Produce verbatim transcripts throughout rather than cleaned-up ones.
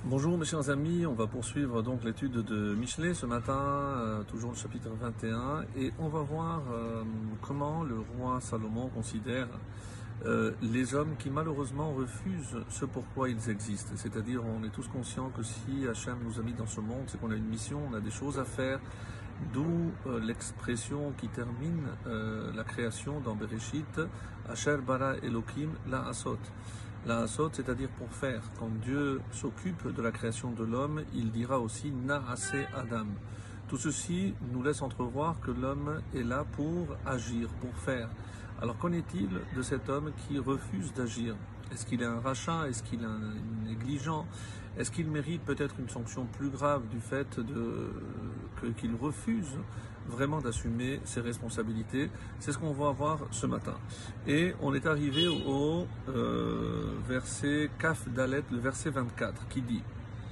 Bonjour mes chers amis, on va poursuivre donc l'étude de Michelet ce matin, euh, toujours le chapitre vingt et un, et on va voir euh, comment le roi Salomon considère euh, les hommes qui malheureusement refusent ce pourquoi ils existent. C'est-à-dire, on est tous conscients que si Hachem nous a mis dans ce monde, c'est qu'on a une mission, on a des choses à faire, d'où euh, l'expression qui termine euh, la création dans Bereshit, Asher bara Elohim la asot. La asot, c'est-à-dire pour faire. Quand Dieu s'occupe de la création de l'homme, il dira aussi Naase Adam. Tout ceci nous laisse entrevoir que l'homme est là pour agir, pour faire. Alors qu'en est-il de cet homme qui refuse d'agir? Est-ce qu'il est un rachat? Est-ce qu'il est un négligent? Est-ce qu'il mérite peut-être une sanction plus grave du fait de, que, qu'il refuse vraiment d'assumer ses responsabilités? C'est ce qu'on va voir ce matin. Et on est arrivé au euh, verset Kaf Dalet, le verset vingt-quatre, qui dit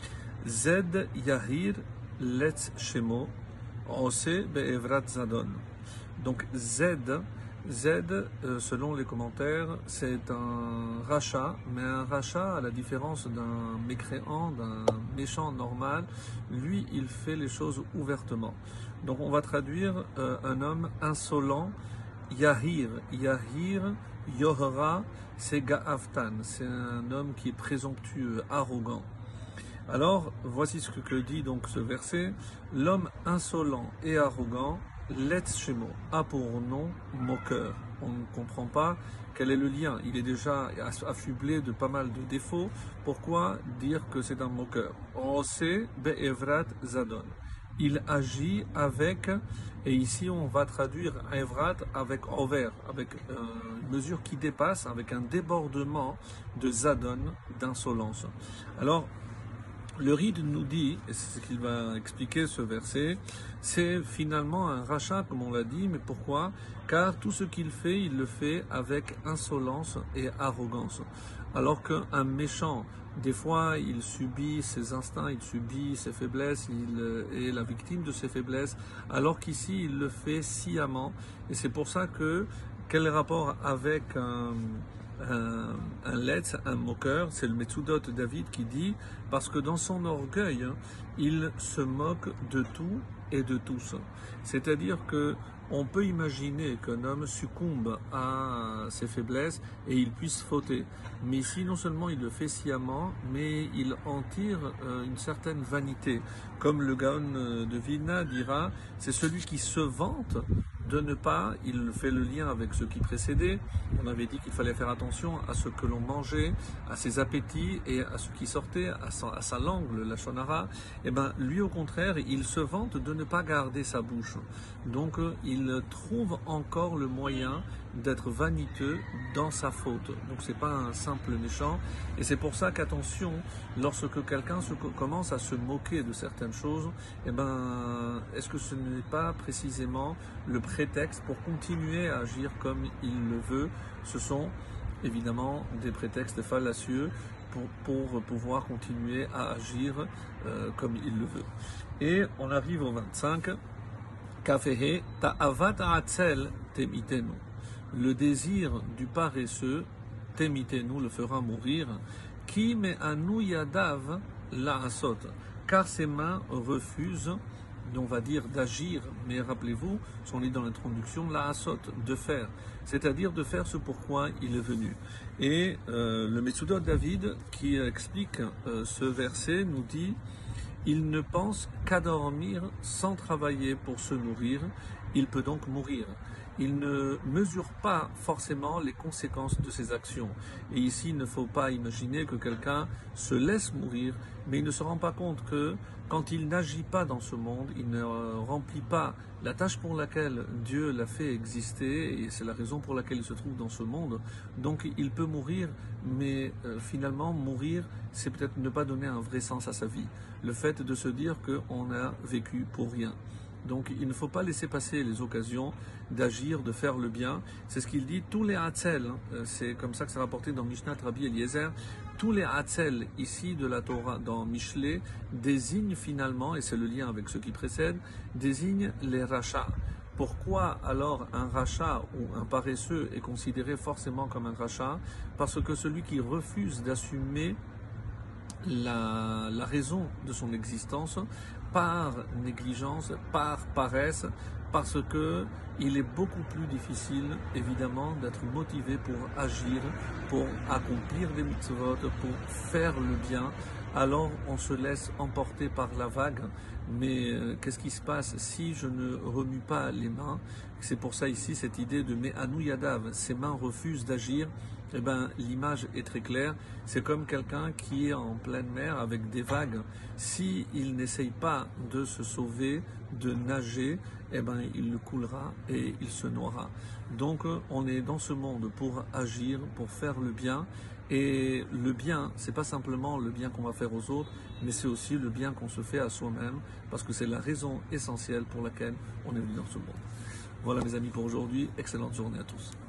Zed Yahir Letz Shemo Ose Be'evrat Zadon. Donc Z, Z, euh, selon les commentaires, c'est un rachat, mais un rachat, à la différence d'un mécréant, d'un méchant normal, lui, il fait les choses ouvertement. Donc on va traduire euh, un homme insolent, Yahir. Yahir, Yohra, c'est Ga'aftan, c'est un homme qui est présomptueux, arrogant. Alors, voici ce que dit donc ce verset. L'homme insolent et arrogant, Letz Shemo, a pour nom moqueur. On ne comprend pas quel est le lien. Il est déjà affublé de pas mal de défauts. Pourquoi dire que c'est un moqueur? Ose be'evrat zadon. Il agit avec, et ici on va traduire evrat avec over, avec euh, une mesure qui dépasse, avec un débordement de zadon, d'insolence. Alors, le Ride nous dit, et c'est ce qu'il va expliquer ce verset, c'est finalement un rachat, comme on l'a dit, mais pourquoi? Car tout ce qu'il fait, il le fait avec insolence et arrogance. Alors qu'un méchant, des fois, il subit ses instincts, il subit ses faiblesses, il est la victime de ses faiblesses, alors qu'ici, il le fait sciemment. Et c'est pour ça que, quel rapport avec un... un, un letz, un moqueur, c'est le Metsudot David qui dit, parce que dans son orgueil, il se moque de tout et de tous. C'est-à-dire que on peut imaginer qu'un homme succombe à ses faiblesses et il puisse fauter. Mais ici, non seulement il le fait sciemment, mais il en tire euh, une certaine vanité. Comme le Gaon de Vilna dira, c'est celui qui se vante de ne pas, il fait le lien avec ce qui précédait, on avait dit qu'il fallait faire attention à ce que l'on mangeait, à ses appétits et à ce qui sortait, à sa, à sa langue, le lashon hara. Et ben lui au contraire, il se vante de ne pas garder sa bouche. Donc il trouve encore le moyen d'être vaniteux dans sa faute. Donc c'est pas un simple méchant, et c'est pour ça qu'attention, lorsque quelqu'un se commence à se moquer de certaines choses, et ben est-ce que ce n'est pas précisément le prétexte pour continuer à agir comme il le veut? Ce sont évidemment des prétextes fallacieux pour, pour pouvoir continuer à agir euh, comme il le veut. Et on arrive au vingt-cinq. Kafehe ta'avat ha'atzel temitenu. Le désir du paresseux, temitenu, le fera mourir. Ki me'anu yadav la'asot. Car ses mains refusent, on va dire d'agir, mais rappelez-vous, si on lit dans l'introduction, la asot, de faire, c'est-à-dire de faire ce pourquoi il est venu. Et euh, le Metsudot David, qui explique euh, ce verset, nous dit, il ne pense qu'à dormir sans travailler pour se nourrir, il peut donc mourir. Il ne mesure pas forcément les conséquences de ses actions. Et ici, il ne faut pas imaginer que quelqu'un se laisse mourir, mais il ne se rend pas compte que quand il n'agit pas dans ce monde, il ne remplit pas la tâche pour laquelle Dieu l'a fait exister, et c'est la raison pour laquelle il se trouve dans ce monde. Donc il peut mourir, mais euh, finalement mourir, c'est peut-être ne pas donner un vrai sens à sa vie. Le fait de se dire qu'on a vécu pour rien. Donc il ne faut pas laisser passer les occasions d'agir, de faire le bien. C'est ce qu'il dit, tous les hatzel, c'est comme ça que c'est rapporté dans Mishnat Rabbi Eliezer, tous les hatzel ici de la Torah dans Michelet désignent finalement, et c'est le lien avec ce qui précède, désignent les rachats. Pourquoi alors un rachat ou un paresseux est considéré forcément comme un rachat? Parce que celui qui refuse d'assumer la, la raison de son existence par négligence, par paresse, parce que il est beaucoup plus difficile, évidemment, d'être motivé pour agir, pour accomplir des mitzvot, pour faire le bien. Alors on se laisse emporter par la vague, mais euh, qu'est-ce qui se passe si je ne remue pas les mains? C'est pour ça ici cette idée de Me'anu Yadav, ses mains refusent d'agir. Eh ben, l'image est très claire, c'est comme quelqu'un qui est en pleine mer avec des vagues. Si il n'essaye pas de se sauver, de nager, eh ben, il le coulera et il se noiera. Donc on est dans ce monde pour agir, pour faire le bien. Et le bien, c'est pas simplement le bien qu'on va faire aux autres, mais c'est aussi le bien qu'on se fait à soi-même, parce que c'est la raison essentielle pour laquelle on est venu dans ce monde. Voilà mes amis pour aujourd'hui, excellente journée à tous.